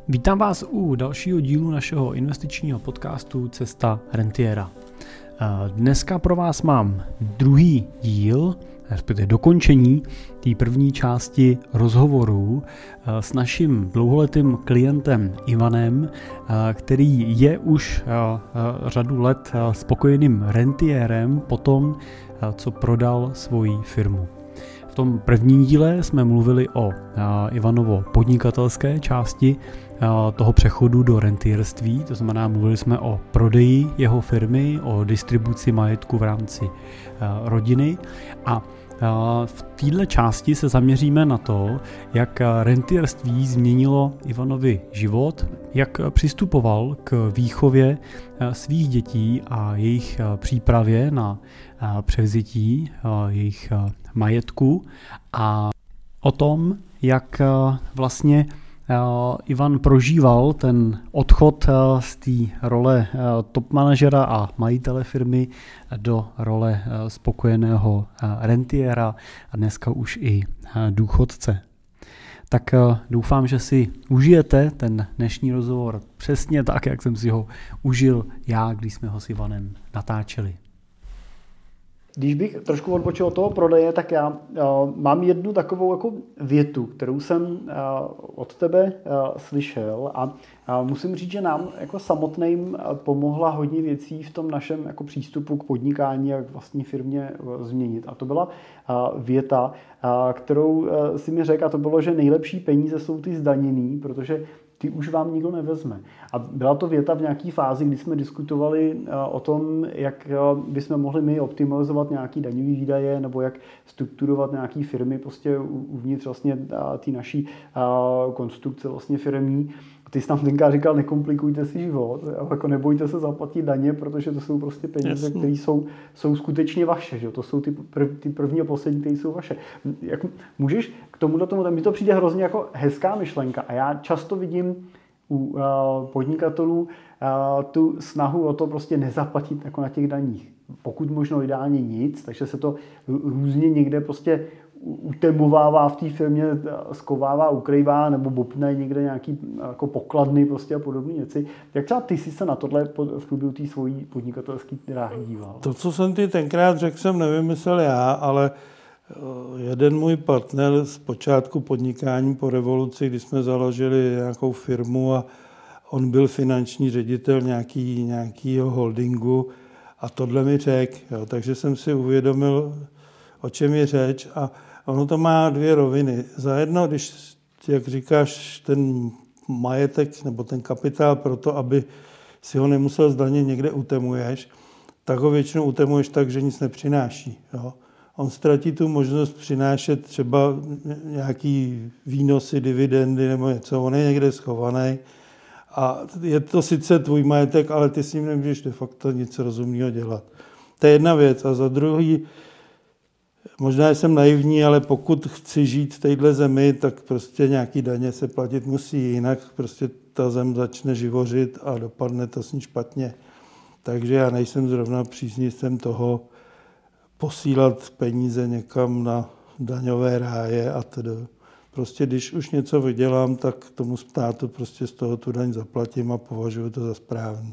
Vítám vás u dalšího dílu našeho investičního podcastu Cesta rentiera. Dneska pro vás mám druhý díl, respektive dokončení té první části rozhovoru s naším dlouholetým klientem Ivanem, který je už řadu let spokojeným rentiérem po tom, co prodal svoji firmu. V tom prvním díle jsme mluvili o Ivanovo podnikatelské části toho přechodu do rentierství, to znamená, mluvili jsme o prodeji jeho firmy, o distribuci majetku v rámci rodiny a v této části se zaměříme na to, jak rentierství změnilo Ivanovi život, jak přistupoval k výchově svých dětí a jejich přípravě na převzetí jejich majetku a o tom, jak vlastně Ivan prožíval ten odchod z té role top manažera a majitele firmy do role spokojeného rentiéra a dneska už i důchodce. Tak doufám, že si užijete ten dnešní rozhovor přesně tak, jak jsem si ho užil já, když jsme ho s Ivanem natáčeli. Když bych trošku odbočil od toho prodeje, tak já mám jednu takovou jako větu, kterou jsem od tebe slyšel a musím říct, že nám jako samotným pomohla hodně věcí v tom našem jako přístupu k podnikání a k vlastní firmě změnit. A to byla věta, kterou si mi řekl, a to bylo, že nejlepší peníze jsou ty zdaněný, protože ty už vám nikdo nevezme. A byla to věta v nějaké fázi, kdy jsme diskutovali o tom, jak bychom mohli my optimalizovat nějaké daňové výdaje nebo jak strukturovat nějaké firmy prostě uvnitř vlastně té naší konstrukce vlastně firmní. Ty jsi tam tenkrát říkal, nekomplikujte si život, jako nebojte se zaplatit daně, protože to jsou prostě peníze, které jsou skutečně vaše. Že? To jsou ty první a poslední, které jsou vaše. Jak můžeš k tomuto, mi to přijde hrozně jako hezká myšlenka a já často vidím u podnikatelů tu snahu o to prostě nezaplatit jako na těch daních. Pokud možno ideálně nic, takže se to různě někde prostě utemovává v té firmě, skovává, ukrývá nebo bopne někde nějaký jako pokladny prostě a podobné věci. Jak třeba ty jsi se na tohle v průběhu té svojí podnikatelské dráhy díval? To, co jsem ti tenkrát řekl, jsem nevymyslel já, ale jeden můj partner z počátku podnikání po revoluci, kdy jsme založili nějakou firmu a on byl finanční ředitel nějakýho holdingu a tohle mi řekl. Takže jsem si uvědomil, o čem je řeč a ono to má dvě roviny. Za jedno, když, jak říkáš, ten majetek nebo ten kapitál pro to, aby si ho nemusel zdanit, někde utemuješ, tak ho většinou utemuješ tak, že nic nepřináší. Jo? On ztratí tu možnost přinášet třeba nějaký výnosy, dividendy nebo něco. On je někde schovaný a je to sice tvůj majetek, ale ty s ním nemůžeš de facto nic rozumného dělat. To je jedna věc. A za druhý, možná jsem naivní, ale pokud chci žít v téhle zemi, tak prostě nějaký daně se platit musí, jinak prostě ta zem začne živořit a dopadne to s ní špatně. Takže já nejsem zrovna příznivcem toho posílat peníze někam na daňové ráje a tedy. Prostě když už něco vydělám, tak tomu státu prostě z toho tu daň zaplatím a považuji to za správný.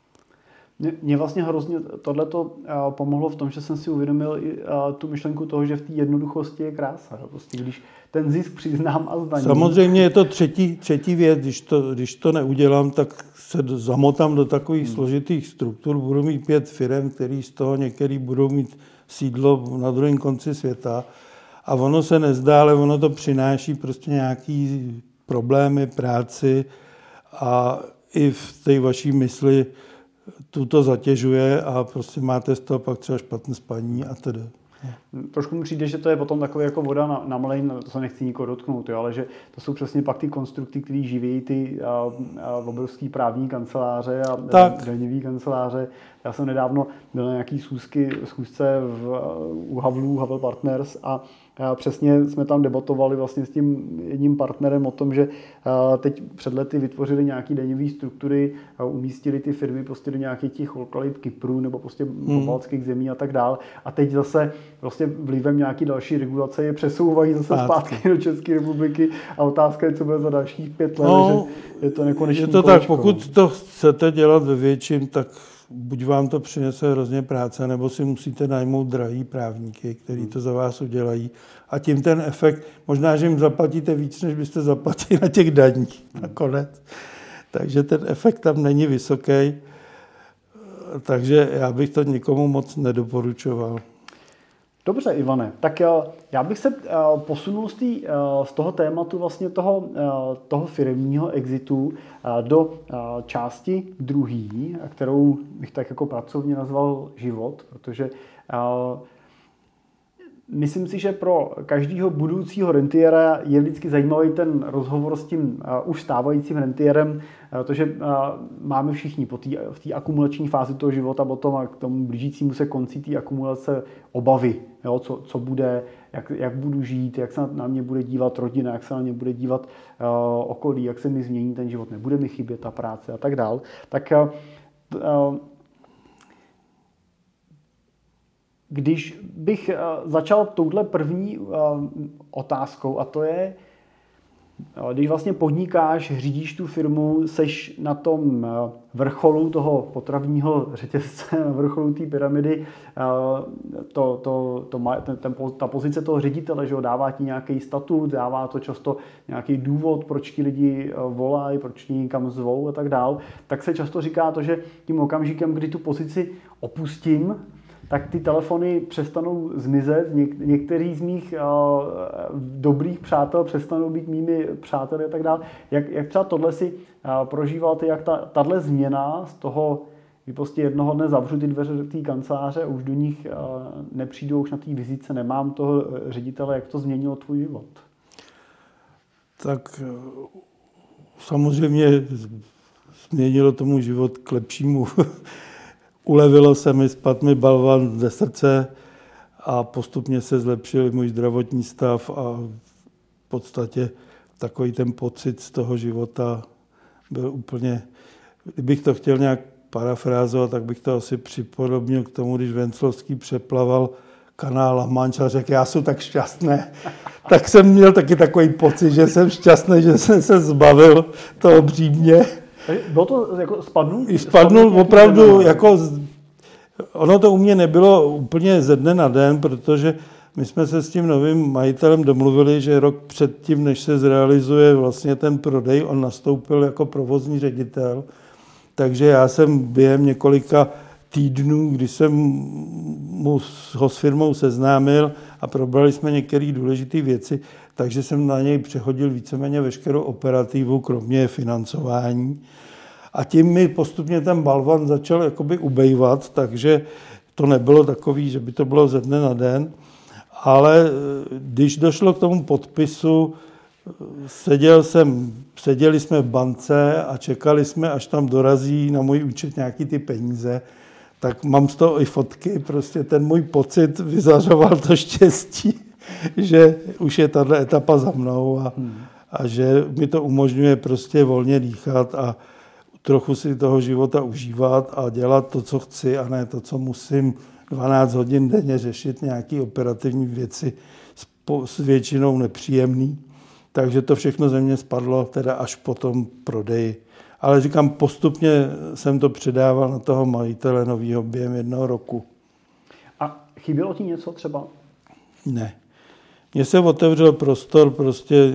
Mě vlastně hrozně tohleto pomohlo v tom, že jsem si uvědomil i tu myšlenku toho, že v té jednoduchosti je krása. Prostě když ten zisk přiznám a zdaním. Samozřejmě je to třetí věc, když to neudělám, tak se zamotám do takových složitých struktur. Budu mít 5 firem, který z toho některý budou mít sídlo na druhém konci světa. A ono se nezdá, ale ono to přináší prostě nějaký problémy, práci a i v té vaší mysli to zatěžuje a prostě máte z toho pak třeba špatné spaní a tedy. Trošku mi přijde, že to je potom takové jako voda na mlejn, to se nechci nikoho dotknout, jo, ale že to jsou přesně pak ty konstrukty, které živí ty obrovský právní kanceláře a daňový kanceláře. Já jsem nedávno byl na nějaký schůzce u Havel Partners a přesně jsme tam debatovali vlastně s tím jedním partnerem o tom, že teď před lety vytvořili nějaký daňové struktury, umístili ty firmy prostě do nějakých těch lokalit Kypru nebo prostě pobaltských zemí a tak dál. A teď zase vlastně vlivem nějaký další regulace je přesouvají zase zpátky do České republiky a otázka je, co bude za dalších 5 let, že je to nekonečný kolečko. Je to tak, pokud to chcete dělat ve větším, tak buď vám to přinese hrozně práce, nebo si musíte najmout drahý právníky, který to za vás udělají. A tím ten efekt, možná, že jim zaplatíte víc, než byste zaplatili na těch daních nakonec. Takže ten efekt tam není vysoký. Takže já bych to nikomu moc nedoporučoval. Dobře, Ivane, tak já bych se posunul z toho tématu vlastně toho firemního exitu do části druhý, kterou bych tak jako pracovně nazval život, protože myslím si, že pro každého budoucího rentiera je vždycky zajímavý ten rozhovor s tím už stávajícím rentierem, protože máme všichni v té akumulační fázi toho života potom a k tomu blížícímu se konci té akumulace obavy, jo, co bude, jak budu žít, jak se na mě bude dívat rodina, jak se na mě bude dívat okolí, jak se mi změní ten život, nebude mi chybět ta práce a tak dál. Tak když bych začal touhle první otázkou, a to je, když vlastně podnikáš, řídíš tu firmu, seš na tom vrcholu toho potravního řetězce, na vrcholu té pyramidy, ta pozice toho ředitele, že ho, dává ti nějaký statut, dává to často nějaký důvod, proč ti lidi volají, proč ti někam zvou a tak dál, tak se často říká to, že tím okamžikem, kdy tu pozici opustím, tak ty telefony přestanou zmizet. Některý z mých dobrých přátel přestanou být mými přáteli a tak dále. Jak třeba tohle si prožíval ty, jak tahle změna z toho, kdy prostě jednoho dne zavřu ty dveře té kanceláře a už do nich nepřijdu, už na té vizitce nemám toho ředitele, jak to změnilo tvůj život? Tak samozřejmě změnilo tomu život k lepšímu. Ulevilo se mi, spadl mi balvan ze srdce a postupně se zlepšil můj zdravotní stav a v podstatě takový ten pocit z toho života byl úplně, kdybych to chtěl nějak parafrázovat, tak bych to asi připodobnil k tomu, když Venclovský přeplaval kanál La Manche a řekl, já jsem tak šťastný. Tak jsem měl taky takový pocit, že jsem šťastný, že jsem se zbavil toho břímě. Bylo to jako spadnul? Spadnul opravdu, jako, ono to u mě nebylo úplně ze dne na den, protože my jsme se s tím novým majitelem domluvili, že rok předtím, než se zrealizuje vlastně ten prodej, on nastoupil jako provozní ředitel, takže já jsem během několika týdnů, kdy jsem ho s firmou seznámil a probrali jsme některé důležité věci, takže jsem na něj přehodil víceméně veškerou operativu, kromě financování. A tím mi postupně ten balvan začal jakoby ubejvat, takže to nebylo takový, že by to bylo ze dne na den. Ale když došlo k tomu podpisu, seděli jsme v bance a čekali jsme, až tam dorazí na můj účet nějaký ty peníze, tak mám z toho i fotky, prostě ten můj pocit vyzařoval to štěstí, že už je tato etapa za mnou a že mi to umožňuje prostě volně dýchat a trochu si toho života užívat a dělat to, co chci a ne to, co musím 12 hodin denně řešit nějaké operativní věci s většinou nepříjemný. Takže to všechno ze mě spadlo teda až po tom prodeji. Ale říkám, postupně jsem to předával na toho majitele novýho během 1 roku. A chybělo ti něco třeba? Ne. Mně se otevřel prostor prostě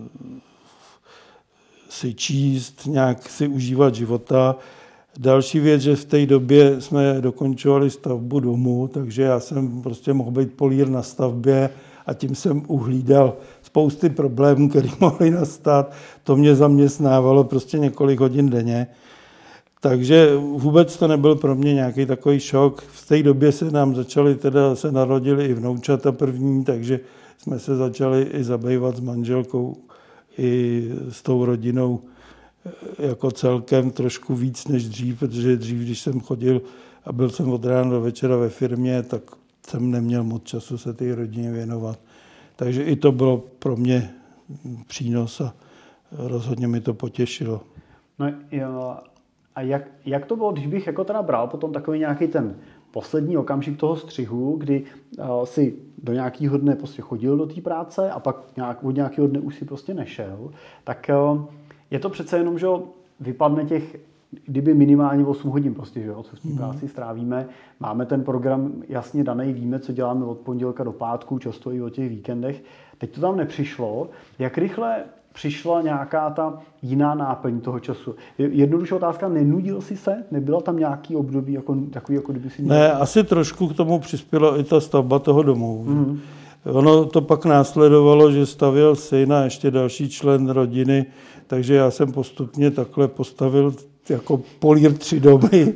si číst, nějak si užívat života. Další věc, že v té době jsme dokončovali stavbu domu, takže já jsem prostě mohl být polír na stavbě a tím jsem uhlídal spousty problémů, které mohly nastat. To mě zaměstnávalo prostě několik hodin denně. Takže vůbec to nebyl pro mě nějaký takový šok. V té době se narodili i vnoučata první, takže jsme se začali i zabývat s manželkou i s tou rodinou jako celkem trošku víc než dřív, protože dřív, když jsem chodil a byl jsem od rána do večera ve firmě, tak jsem neměl moc času se té rodině věnovat. Takže i to bylo pro mě přínos a rozhodně mi to potěšilo. No jo. A jak to bylo, když bych jako teda bral potom takový nějaký ten poslední okamžik toho střihu, kdy si do nějakého dne prostě chodil do té práce a pak od nějakého dne už si prostě nešel, tak je to přece jenom, že vypadne těch, kdyby minimálně 8 hodin prostě, že co v té práci strávíme. Máme ten program jasně daný, víme, co děláme od pondělka do pátku, často i o těch víkendech. Teď to tam nepřišlo. Jak rychle přišla nějaká ta jiná náplň toho času? Jednodušší otázka, nenudil jsi se? Nebyla tam nějaký období, takový, jako kdyby si... Ne, asi trošku k tomu přispěla i ta stavba toho domu. Ono to pak následovalo, že stavěl syn a ještě další člen rodiny, takže já jsem postupně takhle postavil jako polír 3 domy.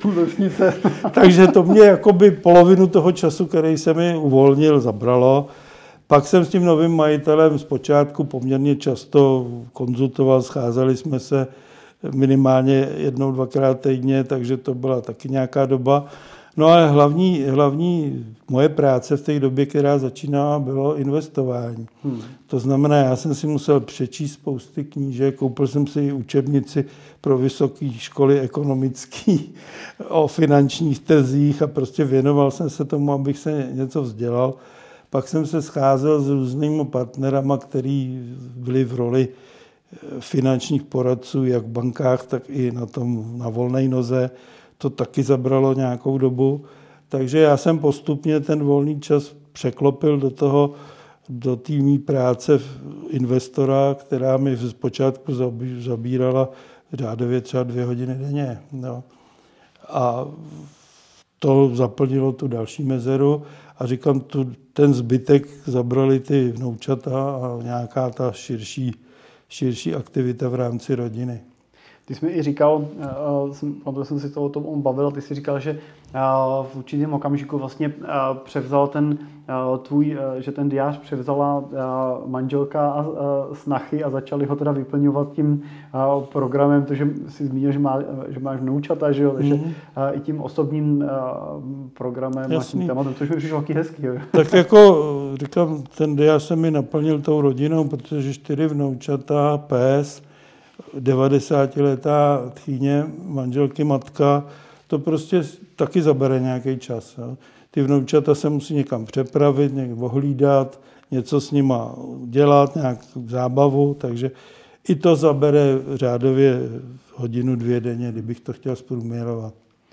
Takže to mě jakoby polovinu toho času, který se mi uvolnil, zabralo. Pak jsem s tím novým majitelem zpočátku poměrně často konzultoval, scházeli jsme se minimálně 1-2krát týdně, takže to byla taky nějaká doba. No ale hlavní moje práce v té době, která začínala, bylo investování. To znamená, já jsem si musel přečíst spousty knížek, koupil jsem si učebnici pro vysoké školy ekonomické o finančních trzích a prostě věnoval jsem se tomu, abych se něco vzdělal. Pak jsem se scházel s různými partnerama, kteří byli v roli finančních poradců, jak v bankách, tak i na volné noze. To taky zabralo nějakou dobu. Takže já jsem postupně ten volný čas překlopil do té mý práce investora, která mi zpočátku zabírala řádově třeba 2 hodiny denně. No. A to zaplnilo tu další mezeru a říkám, ten zbytek zabrali ty vnoučata a nějaká ta širší aktivita v rámci rodiny. Ty jsi mi i říkal, protože jsem si to o tom bavil, ty jsi říkal, že v určitém okamžiku vlastně převzal že ten diář převzala manželka a snachy a začali ho teda vyplňovat tím programem, to, že jsi zmínil, že máš vnoučata, že jo, takže i tím osobním programem a tím tématem, což mi přišlo taky hezký. Jo. Tak jako říkám, ten diář se mi naplnil tou rodinou, protože 4 vnoučata, pes, 90letá tchýně, manželky, matka, to prostě taky zabere nějaký čas. Jo. Ty vnoučata se musí někam přepravit, někde ohlídat, něco s nima dělat, nějakou zábavu, takže i to zabere řádově 1-2 denně, kdybych to chtěl zprůměrovat.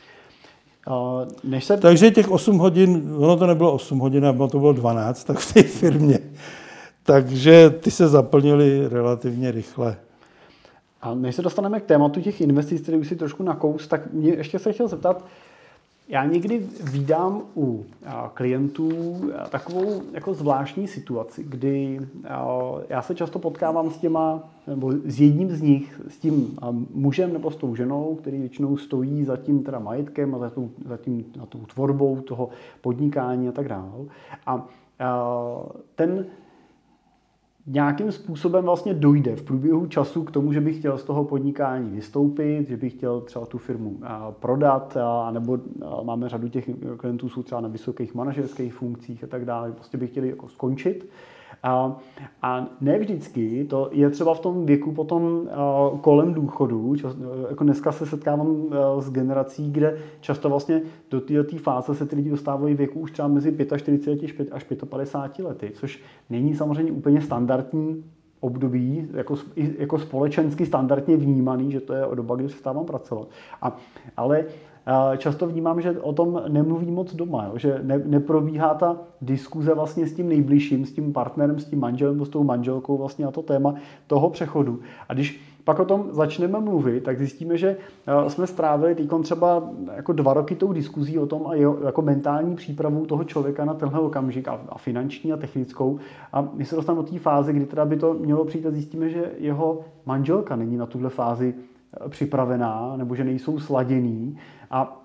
Takže těch 8 hodin, ono to nebylo 8 hodin, ono to bylo 12, tak v té firmě. Takže ty se zaplnily relativně rychle. A než se dostaneme k tématu těch investic, který už si trošku nakous, tak mě ještě se chtěl zeptat, já někdy vídám u klientů takovou jako zvláštní situaci, kdy já se často potkávám nebo s jedním z nich, s tím mužem nebo s tou ženou, který většinou stojí za tím teda majetkem a za tou tvorbou toho podnikání a tak dále. A ten nějakým způsobem vlastně dojde v průběhu času k tomu, že bych chtěl z toho podnikání vystoupit, že bych chtěl třeba tu firmu prodat, nebo máme řadu těch klientů, jsou třeba na vysokých manažerských funkcích a tak dále, prostě bych chtěli jako skončit. A ne vždycky, to je třeba v tom věku potom kolem důchodu, jako dneska se setkávám s generací, kde často vlastně do této fáze se ty lidi dostávají věku už třeba mezi 45 až 55 lety, což není samozřejmě úplně standardní období, jako společensky standardně vnímaný, že to je doba, kdy přestávám pracovat. Ale často vnímám, že o tom nemluví moc doma, jo? Že neprobíhá ta diskuze vlastně s tím nejbližším, s tím partnerem, s tím manželem, s tou manželkou vlastně na to téma toho přechodu. A když pak o tom začneme mluvit, tak zjistíme, že jsme strávili týkon třeba jako 2 roky tou diskuzí o tom a jako mentální přípravu toho člověka na tenhle okamžik a finanční a technickou. A my se dostaneme do té fáze, kdy teda by to mělo přijít a zjistíme, že jeho manželka není na tuhle fázi připravená nebo že nejsou sladěný. A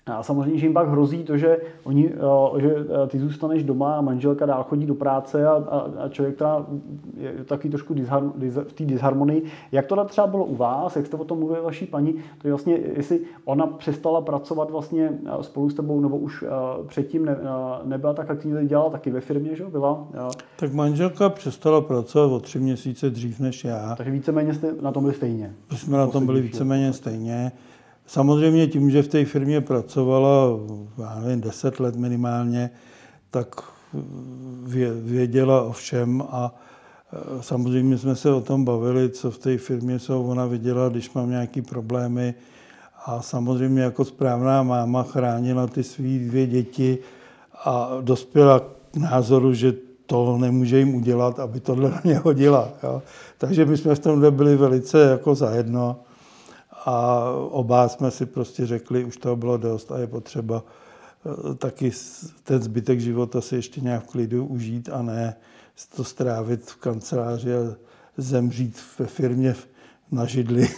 A samozřejmě, že jim pak hrozí to, že ty zůstaneš doma a manželka dál chodí do práce a člověk teda je taky trošku v té disharmonii. Jak to třeba bylo u vás, jak jste o tom mluvili vaší paní, to je vlastně, jestli ona přestala pracovat vlastně spolu s tebou, nebo už předtím nebyla tak aktivně, dělala taky ve firmě, že byla? Tak manželka přestala pracovat o 3 měsíce dřív než já. Takže víceméně jste na tom byli stejně. Jsme na tom byli víceméně stejně. Samozřejmě tím, že v té firmě pracovala, já nevím, 10 let minimálně, tak věděla o všem a samozřejmě jsme se o tom bavili, co v té firmě jsou. Ona viděla, když mám nějaké problémy a samozřejmě jako správná máma chránila ty svý 2 děti a dospěla k názoru, že to nemůže jim udělat, aby tohle na ně hodila. Jo. Takže my jsme v tomhle byli velice jako zajedno. A oba jsme si prostě řekli, už toho bylo dost a je potřeba taky ten zbytek života si ještě nějak v klidu užít a ne to strávit v kanceláři a zemřít ve firmě na židli.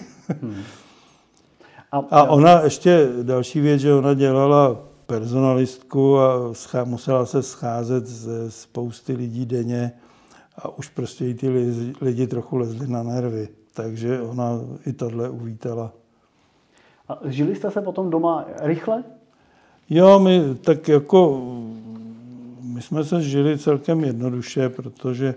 A ona ještě další věc, že ona dělala personalistku a musela se scházet ze spousty lidí denně a už prostě jí ty lidi trochu lezli na nervy. Takže ona i tohle uvítala. A žili jste se potom doma rychle? Jo, my jsme se žili celkem jednoduše, protože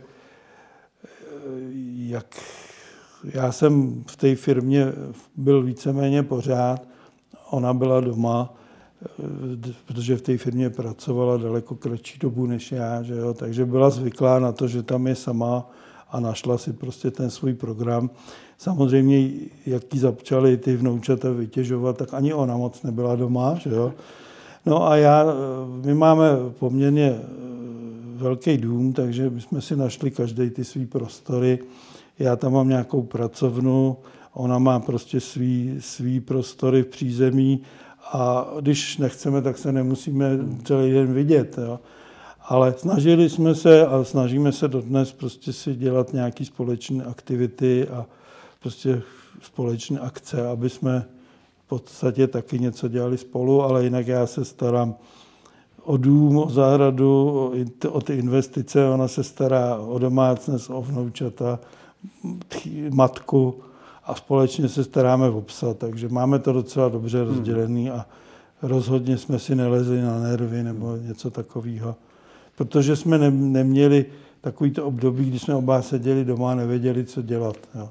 já jsem v té firmě byl víceméně pořád, ona byla doma, protože v té firmě pracovala daleko kratší dobu než já, že jo? Takže byla zvyklá na to, že tam je sama a našla si prostě ten svůj program. Samozřejmě, jak jí začaly ty vnoučata vytěžovat, tak ani ona moc nebyla doma, že jo. No a my máme poměrně velký dům, takže my jsme si našli každý ty svý prostory. Já tam mám nějakou pracovnu, ona má prostě svý prostory v přízemí a když nechceme, tak se nemusíme celý den vidět, jo. Ale snažili jsme se a snažíme se dodnes prostě si dělat nějaké společné aktivity a prostě společné akce, aby jsme v podstatě taky něco dělali spolu, ale jinak já se starám o dům, o zahradu, o ty investice, ona se stará o domácnost, o vnoučata, matku a společně se staráme o psa, takže máme to docela dobře rozdělený a rozhodně jsme si nelezli na nervy nebo něco takového. Protože jsme neměli takovýto období, kdy jsme oba seděli doma a nevěděli, co dělat. Jo.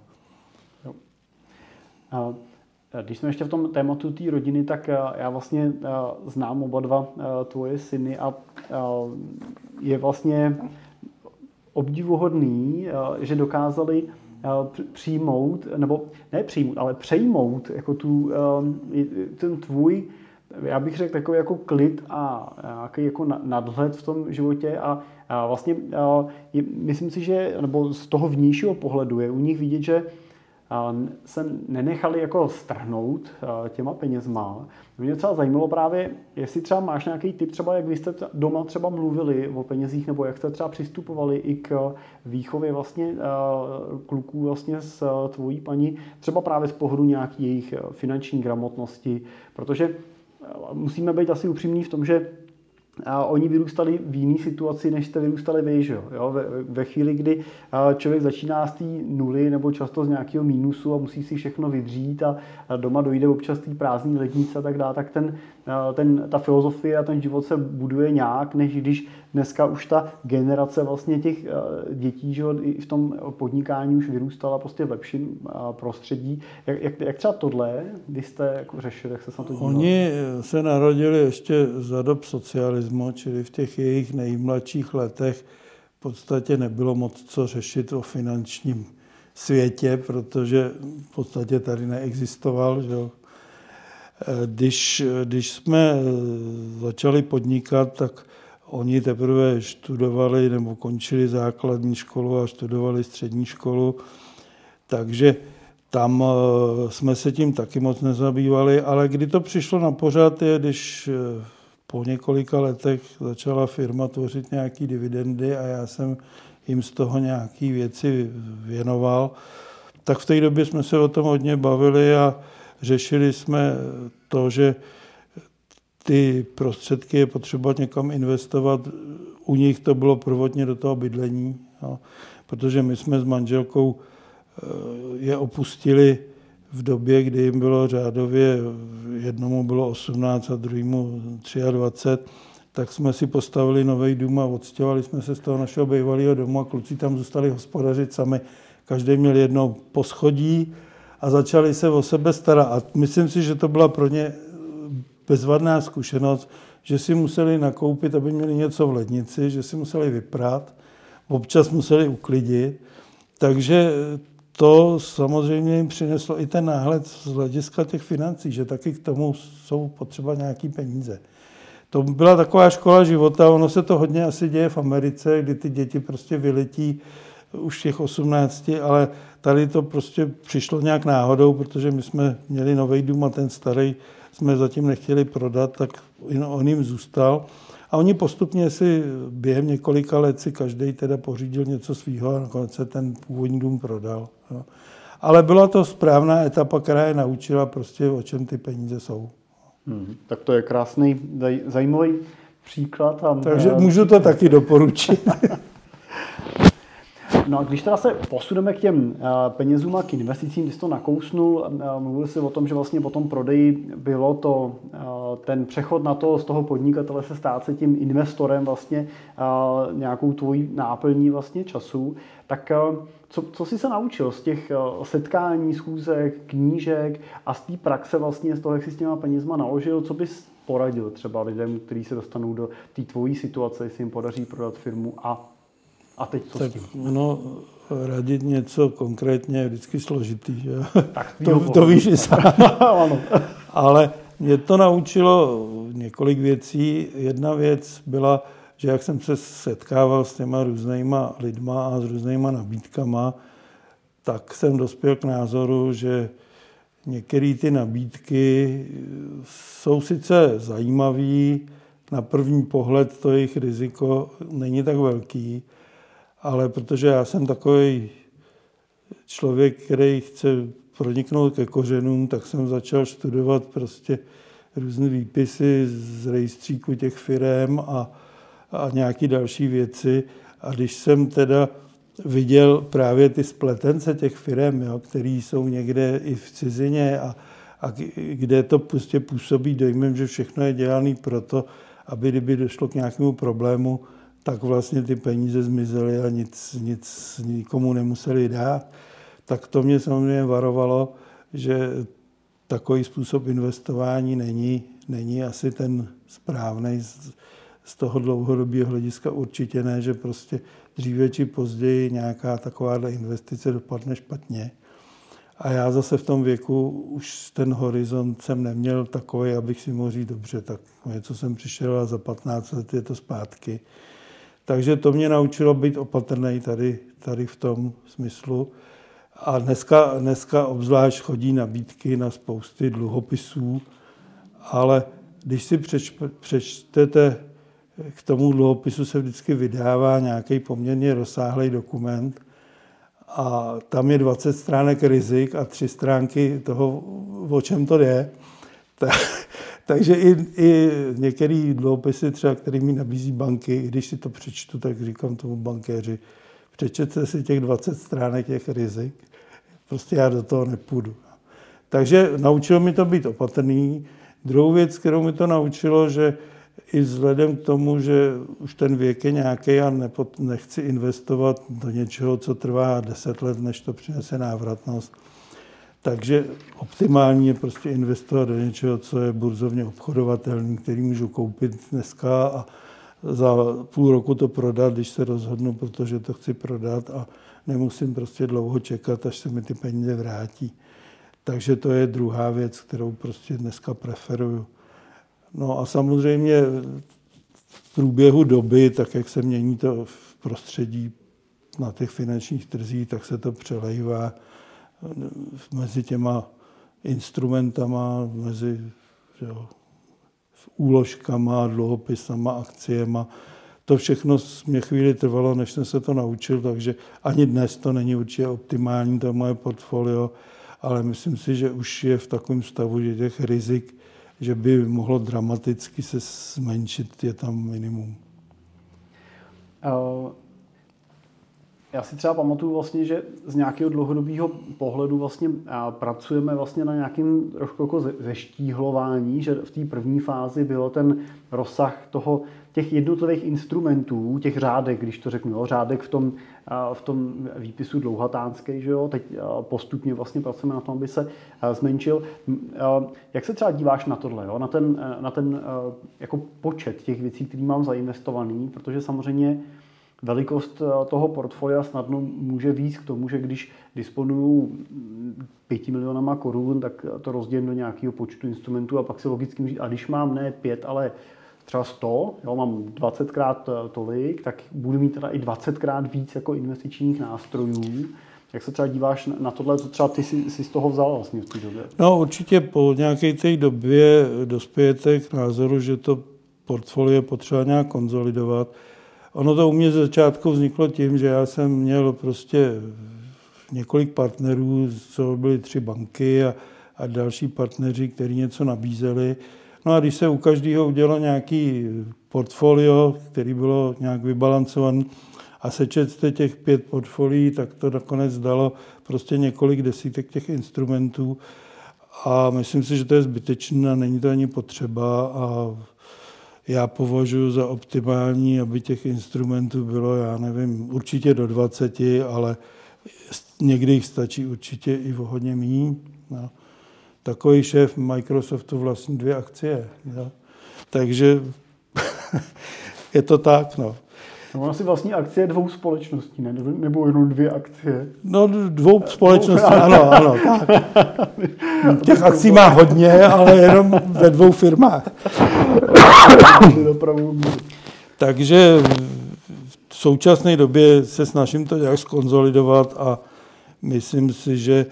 A když jsme ještě v tom tématu té rodiny, tak já vlastně znám oba dva tvoje syny a je vlastně obdivuhodný, že dokázali přijmout, nebo ne přijmout, ale přejmout jako ten tvůj, já bych řekl, takový jako klid a nějaký jako nadhled v tom životě a vlastně myslím si, že nebo z toho vnějšího pohledu je u nich vidět, že se nenechali jako strhnout těma penězma. Mě třeba zajímalo právě, jestli třeba máš nějaký tip, třeba jak vy jste doma třeba mluvili o penězích, nebo jak jste třeba přistupovali i k výchově vlastně kluků vlastně s tvojí paní, třeba právě z pohledu nějaký jejich finanční gramotnosti, protože musíme být asi upřímní v tom, že oni vyrůstali v jiné situaci, než jste vyrůstali vy, že jo? Ve chvíli, kdy člověk začíná z té nuly nebo často z nějakého mínusu a musí si všechno vydřít a doma dojde občas té prázdné lednice a tak dále, tak ta filozofie a ten život se buduje nějak, než když dneska už ta generace vlastně těch dětí, že jo, i v tom podnikání už vyrůstala prostě v lepším prostředí. Jak třeba tohle, když jste jako řešili, jak se na to dívali? Oni se narodili ještě za dob socialismu, čili v těch jejich nejmladších letech v podstatě nebylo moc co řešit o finančním světě, protože v podstatě tady neexistoval. Že jo. Když jsme začali podnikat, tak oni teprve studovali nebo končili základní školu a studovali střední školu, takže tam jsme se tím taky moc nezabývali, ale kdy to přišlo na pořad je, když po několika letech začala firma tvořit nějaké dividendy a já jsem jim z toho nějaké věci věnoval, tak v té době jsme se o tom hodně bavili a řešili jsme to, že ty prostředky je potřeba někam investovat. U nich to bylo prvotně do toho bydlení, jo, protože my jsme s manželkou je opustili v době, kdy jim bylo řádově, jednomu bylo 18 a druhému 23, tak jsme si postavili nový dům a odstěhovali jsme se z toho našeho bývalého domu a kluci tam zůstali hospodařit sami. Každý měl jedno poschodí a začali se o sebe starat. A myslím si, že to byla pro ně bezvadná zkušenost, že si museli nakoupit, aby měli něco v lednici, že si museli vyprát, občas museli uklidit. Takže to samozřejmě jim přineslo i ten náhled z hlediska těch financí, že taky k tomu jsou potřeba nějaký peníze. To byla taková škola života, ono se to hodně asi děje v Americe, kdy ty děti prostě vyletí už v těch 18, ale tady to prostě přišlo nějak náhodou, protože my jsme měli nový dům a ten starý jsme zatím nechtěli prodat, tak on jim zůstal. A oni postupně si během několika let si každý teda pořídil něco svýho a nakonec se ten původní dům prodal. Jo. Ale byla to správná etapa, která je naučila prostě, o čem ty peníze jsou. Tak to je krásný, zajímavý příklad. Takže můžu to taky doporučit. No a když teda se posuneme k těm penězům a k investicím, když jsi to nakousnul, mluvil jsi o tom, že vlastně po tom prodeji bylo to ten přechod na to z toho podnikatele se stát se tím investorem vlastně nějakou tvojí náplní vlastně času. Tak co jsi se naučil z těch setkání, schůzek, knížek a z té praxe vlastně, z toho, jak jsi s těma penězma naložil, co bys poradil třeba lidem, kteří se dostanou do té tvojí situace, jestli jim podaří prodat firmu a teď co tak, s tím? No, radit něco konkrétně je vždycky složitý. Že? Tak to víš i sám. Ale mě to naučilo několik věcí. Jedna věc byla, že jak jsem se setkával s těma různýma lidma a s různýma nabídkama, tak jsem dospěl k názoru, že některé ty nabídky jsou sice zajímavé, na první pohled to jejich riziko není tak velký, ale protože já jsem takový člověk, který chce proniknout ke kořenům, tak jsem začal studovat prostě různé výpisy z rejstříku těch firem a nějaké další věci. A když jsem teda viděl právě ty spletence těch firem, které jsou někde i v cizině a kde to prostě působí dojmem, že všechno je dělané proto, aby kdyby došlo k nějakému problému, tak vlastně ty peníze zmizely a nic nikomu nemuseli dát. Tak to mě samozřejmě varovalo, že takový způsob investování není asi ten správný. Z toho dlouhodobého hlediska určitě ne, že prostě dříve či později nějaká takováhle investice dopadne špatně. A já zase v tom věku už ten horizont jsem neměl takový, abych si mohl říct dobře, tak něco jsem přišel a za 15 let je to zpátky. Takže to mě naučilo být opatrný tady v tom smyslu. A dneska obzvlášť chodí nabídky na spousty dluhopisů, ale když si přečtete, k tomu dluhopisu se vždycky vydává nějaký poměrně rozsáhlý dokument a tam je 20 stránek rizik a 3 stránky toho, o čem to jde. Takže i některé dluhopisy, třeba, které mi nabízí banky, když si to přečtu, tak říkám tomu bankéři, přečtěte si těch 20 stránek těch rizik, prostě já do toho nepůjdu. Takže naučilo mi to být opatrný. Druhou věc, kterou mi to naučilo, že i vzhledem k tomu, že už ten věk je nějaký a nechci investovat do něčeho, co trvá 10 let, než to přinese návratnost, takže optimální je prostě investovat do něčeho, co je burzovně obchodovatelný, který můžu koupit dneska a za půl roku to prodat, když se rozhodnu, protože to chci prodat a nemusím prostě dlouho čekat, až se mi ty peníze vrátí. Takže to je druhá věc, kterou prostě dneska preferuju. No a samozřejmě v průběhu doby, tak jak se mění to v prostředí na těch finančních trzích, tak se to přelejvá mezi těma instrumentama, mezi úložkama, dluhopisama, akciema. To všechno mě chvíli trvalo, než jsem se to naučil, takže ani dnes to není určitě optimální, to moje portfolio, ale myslím si, že už je v takovém stavu, že těch rizik že by mohlo dramaticky se zmenšit, je tam minimum. Já si třeba pamatuju vlastně, že z nějakého dlouhodobého pohledu vlastně pracujeme vlastně na nějakém trošku jako zeštíhlování, že v té první fázi bylo ten rozsah těch jednotlivých instrumentů, těch řádek, když to řeknu, jo, řádek v tom výpisu dlouhatánský, že jo, teď postupně vlastně pracujeme na tom, aby se zmenšil. Jak se třeba díváš na tohle, jo, na ten jako počet těch věcí, které mám zainvestovaný, protože samozřejmě velikost toho portfolia snadno může vést k tomu, že když disponuju 5 milionama korun, tak to rozdělím do nějakého počtu instrumentů a pak si logicky můžu, a když mám ne 5, ale třeba 100, jo, mám 20krát tolik, tak budu mít teda i 20krát víc jako investičních nástrojů. Jak se třeba díváš na tohle, co třeba ty si z toho vzal vlastně v té době? No určitě po nějaké té době dospějete k názoru, že to portfolio je potřeba nějak konsolidovat. Ono to u mě ze začátku vzniklo tím, že já jsem měl prostě několik partnerů, co byly 3 banky a další partneři, kteří něco nabízeli. No a když se u každého udělalo nějaký portfolio, který bylo nějak vybalancovaný a sečetste těch 5 portfolií, tak to nakonec dalo prostě několik desítek těch instrumentů a myslím si, že to je zbytečné a není to ani potřeba a já považuji za optimální, aby těch instrumentů bylo, já nevím, určitě do 20, ale někdy jich stačí určitě i o hodně méně. No. Takový šéf Microsoftu vlastní 2 akcie. Jo. Takže je to tak. No. Ono si vlastní akcie 2 společností, ne? Nebo jenom 2 akcie? No 2 společností, ano, tak. Těch akcí má hodně, ale jenom ve 2 firmách. Takže v současné době se snažím to nějak zkonsolidovat a myslím si, že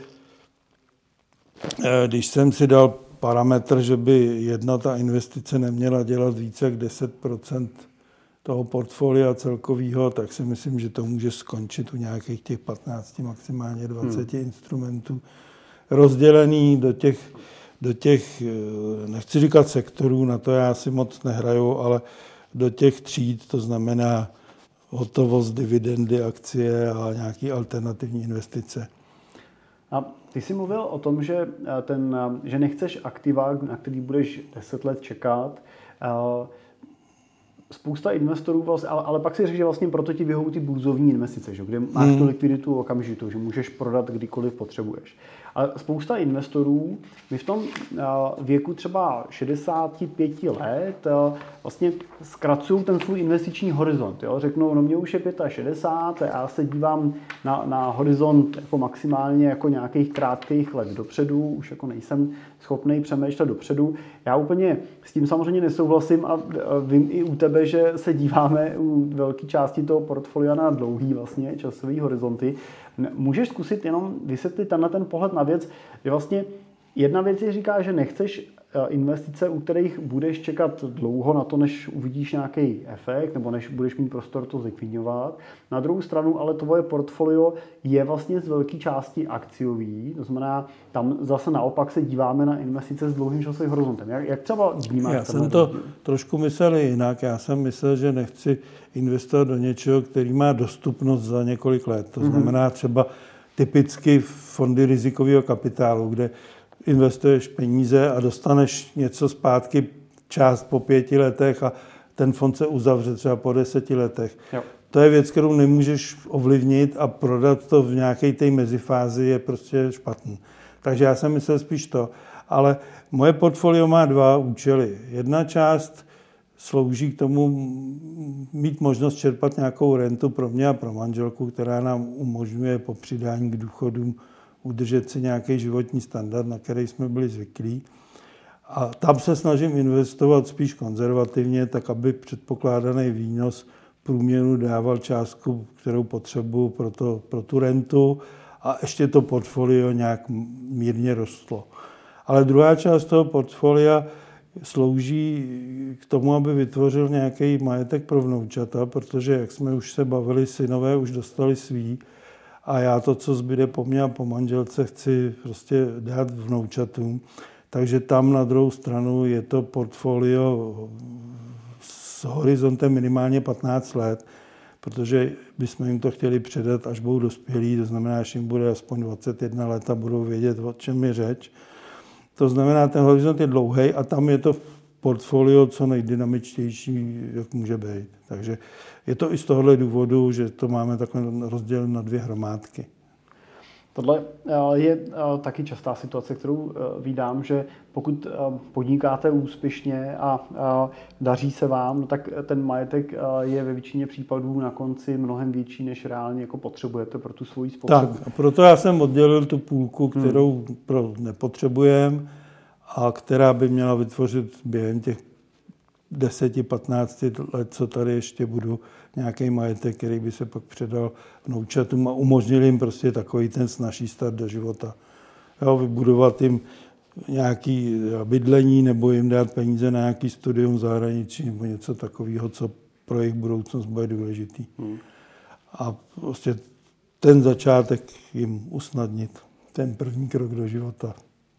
když jsem si dal parametr, že by jedna ta investice neměla dělat více jak 10% toho portfolia celkového, tak si myslím, že to může skončit u nějakých těch 15, maximálně 20 instrumentů, rozdělený do těch, nechci říkat sektorů, na to já si moc nehraju, ale do těch tříd, to znamená hotovost, dividendy, akcie a nějaké alternativní investice. A ty jsi mluvil o tom, že nechceš aktiva, na který budeš 10 let čekat. Spousta investorů, vlastně, ale pak si řekl, že vlastně proto ti vyhovují ty burzovní investice, že? Kde máš tu likviditu okamžitou, že můžeš prodat kdykoliv potřebuješ. Ale spousta investorů by v tom věku třeba 65 let vlastně zkracují ten svůj investiční horizont. Jo? Řeknou, no mě už je 65 a já se dívám na horizont jako maximálně jako nějakých krátkých let dopředu, už jako nejsem schopný přemýšlet dopředu. Já úplně s tím samozřejmě nesouhlasím a vím i u tebe, že se díváme u velké části toho portfolia na dlouhý vlastně časový horizonty. Můžeš zkusit jenom vysvětlit na ten pohled na věc, že vlastně jedna věc je říká, že nechceš investice, u kterých budeš čekat dlouho na to, než uvidíš nějaký efekt, nebo než budeš mít prostor to zlikvidovat. Na druhou stranu ale tvoje portfolio je vlastně z velké části akciový, to znamená, tam zase naopak se díváme na investice s dlouhým časovým horizontem. Jak třeba vnímáš? Já jsem to trošku myslel jinak. Já jsem myslel, že nechci investovat do něčeho, který má dostupnost za několik let. To znamená třeba typicky fondy rizikového kapitálu, kde investuješ peníze a dostaneš něco zpátky, část po 5 letech a ten fond se uzavře třeba po 10 letech. Jo. To je věc, kterou nemůžeš ovlivnit a prodat to v nějaké té mezifázi je prostě špatný. Takže já jsem myslel spíš to. Ale moje portfolio má 2 účely. Jedna část slouží k tomu mít možnost čerpat nějakou rentu pro mě a pro manželku, která nám umožňuje po přidání k důchodům udržet si nějaký životní standard, na který jsme byli zvyklí. A tam se snažím investovat spíš konzervativně, tak aby předpokládaný výnos průměru dával částku, kterou potřebuju pro tu rentu a ještě to portfolio nějak mírně rostlo. Ale druhá část toho portfolia slouží k tomu, aby vytvořil nějaký majetek pro vnoučata, protože, jak jsme už se bavili, synové už dostali svý a já to, co zbyde po mně a po manželce, chci prostě dát vnoučatům. Takže tam na druhou stranu je to portfolio s horizontem minimálně 15 let, protože bychom jim to chtěli předat, až budou dospělí, to znamená, až jim bude aspoň 21 let a budou vědět, o čem je řeč. To znamená, ten horizont je dlouhý a tam je to portfolio co nejdynamičtější, jak může být. Takže je to i z tohohle důvodu, že to máme takhle rozděleno na 2 hromádky. Tohle je taky častá situace, kterou vídám, že pokud podnikáte úspěšně a daří se vám, no tak ten majetek je ve většině případů na konci mnohem větší, než reálně jako potřebujete pro tu svoji spotřebu. Tak, a proto já jsem oddělil tu půlku, kterou nepotřebujeme a která by měla vytvořit během těch 10-15 let, co tady ještě budu, nějaký majetek, který by se pak předal vnoučatům a umožnil jim prostě takový ten snazší start do života. Jo, vybudovat jim nějaké bydlení nebo jim dát peníze na nějaký studium v zahraničí nebo něco takového, co pro jejich budoucnost bude důležitý. A prostě ten začátek jim usnadnit, ten první krok do života.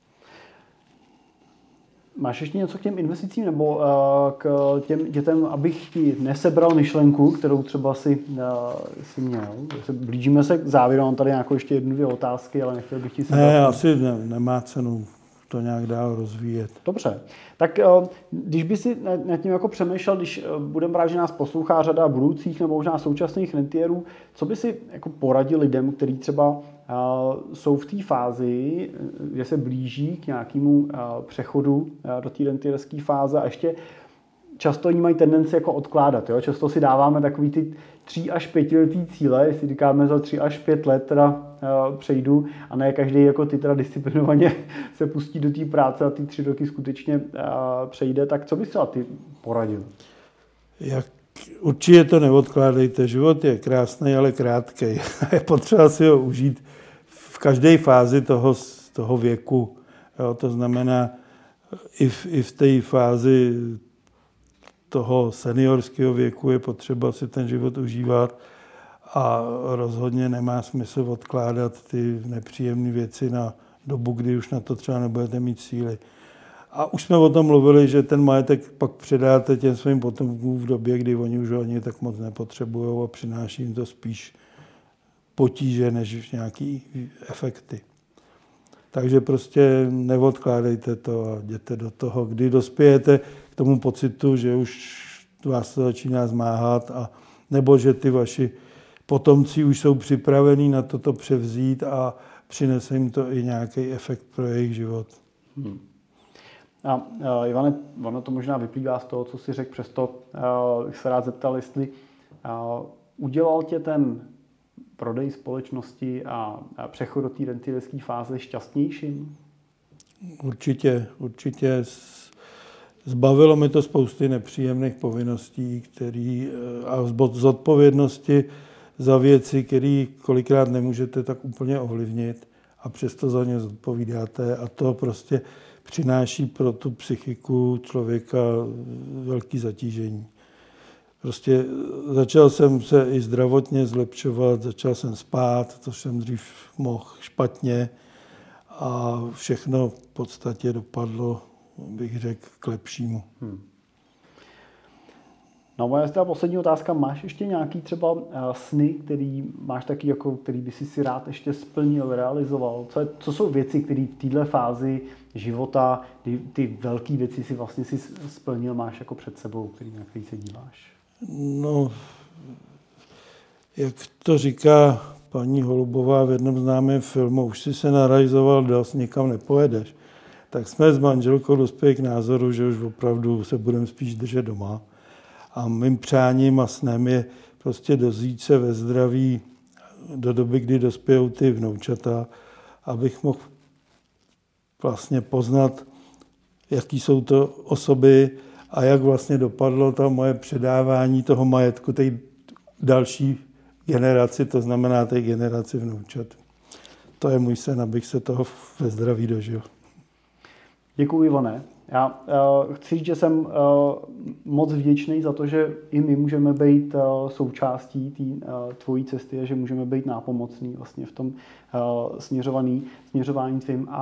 Máš ještě něco k těm investicím nebo k těm dětem, abych ti nesebral myšlenku, kterou třeba si měl? Blížíme se k závěru, mám tady nějakou ještě 1-2 otázky, ale nechtěl bych ti sebrat. Ne, asi nemá cenu to nějak dál rozvíjet. Dobře. Tak když by si nad tím jako přemýšlel, když budeme brát, že nás poslouchá řada budoucích nebo možná současných rentierů, co by si jako poradil lidem, kteří třeba jsou v té fázi, že se blíží k nějakému přechodu do té rentierské fáze a ještě často oni mají tendenci jako odkládat. Jo? Často si dáváme takový ty 3 až 5 letý cíle, jestli říkáme za 3 až 5 let teda přejdu a ne každý jako ty teda disciplinovaně se pustí do té práce a ty 3 roky skutečně přejde. Tak co bys třeba ty poradil? Určitě to neodkládejte. Život je krásný, ale krátký. Je potřeba si ho užít v každé fázi toho věku. Jo? To znamená i v té fázi toho seniorského věku je potřeba si ten život užívat a rozhodně nemá smysl odkládat ty nepříjemné věci na dobu, kdy už na to třeba nebudete mít síly. A už jsme o tom mluvili, že ten majetek pak předáte těm svým potomkům v době, kdy oni už ho ani tak moc nepotřebují a přináší jim to spíš potíže než nějaký efekty. Takže prostě neodkládejte to a jděte do toho, kdy dospějete k tomu pocitu, že už vás to začíná zmáhat a nebo že ty vaši potomci už jsou připravení na toto převzít a přinese jim to i nějaký efekt pro jejich život. A Ivane, ono to možná vyplývá z toho, co jsi řekl, přesto bych se rád zeptal, jestli udělal tě ten prodej společnosti a přechod do té rentierské fáze šťastnějším? Určitě. Zbavilo mi to spousty nepříjemných povinností a zodpovědnosti za věci, které kolikrát nemůžete tak úplně ovlivnit a přesto za ně zodpovídáte a to prostě přináší pro tu psychiku člověka velké zatížení. Prostě začal jsem se i zdravotně zlepšovat, začal jsem spát, což jsem dřív mohl špatně a všechno v podstatě dopadlo, bych řekl, k lepšímu. No moje poslední otázka, máš ještě nějaký třeba sny, který máš taky, jako, který by si rád ještě splnil, realizoval? Co jsou věci, které v této fázi života, ty velké věci si vlastně si splnil, máš jako před sebou, na který se díváš? No, jak to říká paní Holubová v jednom známém filmu, už si se narealizoval dost, nikam nepojedeš. Tak jsme s manželkou dospěli k názoru, že už opravdu se budeme spíš držet doma. A mým přáním a snem je prostě dozít se ve zdraví do doby, kdy dospějou ty vnoučata, abych mohl vlastně poznat, jaký jsou to osoby a jak vlastně dopadlo to moje předávání toho majetku té další generaci, to znamená té generaci vnoučat. To je můj sen, abych se toho ve zdraví dožil. Děkuji, Ivane. Já chci říct, že jsem moc vděčný za to, že i my můžeme být součástí té tvojí cesty a že můžeme být nápomocní vlastně v tom směřování tvým. A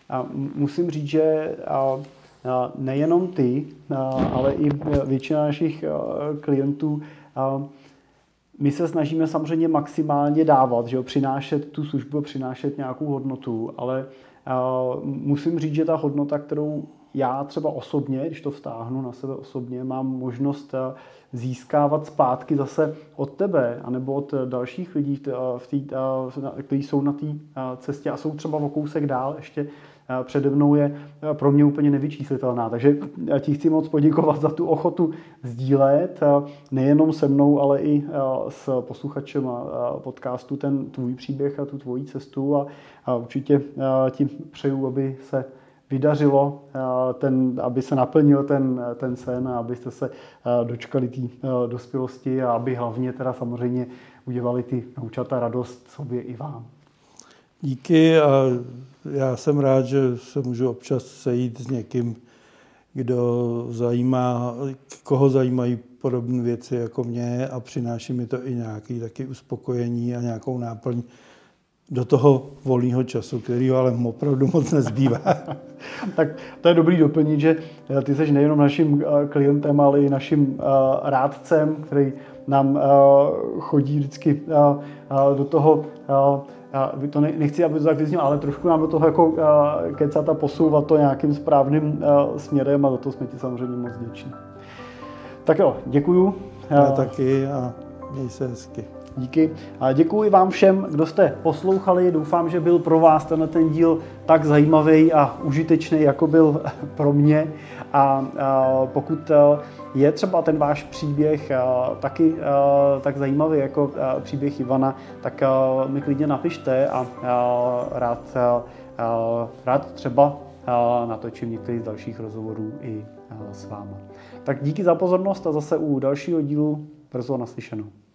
musím říct, že nejenom ty, ale i většina našich klientů, my se snažíme samozřejmě maximálně dávat, že jo, přinášet tu službu, přinášet nějakou hodnotu, ale musím říct, že ta hodnota, kterou já třeba osobně, když to vztáhnu na sebe osobně, mám možnost získávat zpátky zase od tebe, anebo od dalších lidí, kteří jsou na té cestě a jsou třeba o kousek dál ještě přede mnou, je pro mě úplně nevyčíslitelná. Takže ti chci moc poděkovat za tu ochotu sdílet nejenom se mnou, ale i s posluchačem podcastu ten tvůj příběh a tu tvoji cestu a určitě ti přeju, aby se vydařilo, aby se naplnil ten sen a abyste se dočkali té dospělosti a aby hlavně teda samozřejmě udělali ty vnoučata radost sobě i vám. Díky a já jsem rád, že se můžu občas sejít s někým, koho zajímají podobné věci jako mě a přináší mi to i nějaké taky uspokojení a nějakou náplň do toho volného času, kterýho ale opravdu moc nezbývá. Tak to je dobrý doplnit, že ty jsi nejenom naším klientem, ale i naším rádcem, který nám chodí vždycky do toho, to nechci, aby to tak vyznělo, ale trošku nám do toho jako kecat a posouvat to nějakým správným směrem a za to jsme ti samozřejmě moc vděční. Tak jo, děkuju. Já taky a měj se hezky. Díky. A děkuji vám všem, kdo jste poslouchali. Doufám, že byl pro vás ten díl tak zajímavý a užitečný, jako byl pro mě. A pokud je třeba ten váš příběh taky tak zajímavý jako příběh Ivana, tak mi klidně napište a rád třeba natočím některý z dalších rozhovorů i s váma. Tak díky za pozornost a zase u dalšího dílu brzo naslyšenou.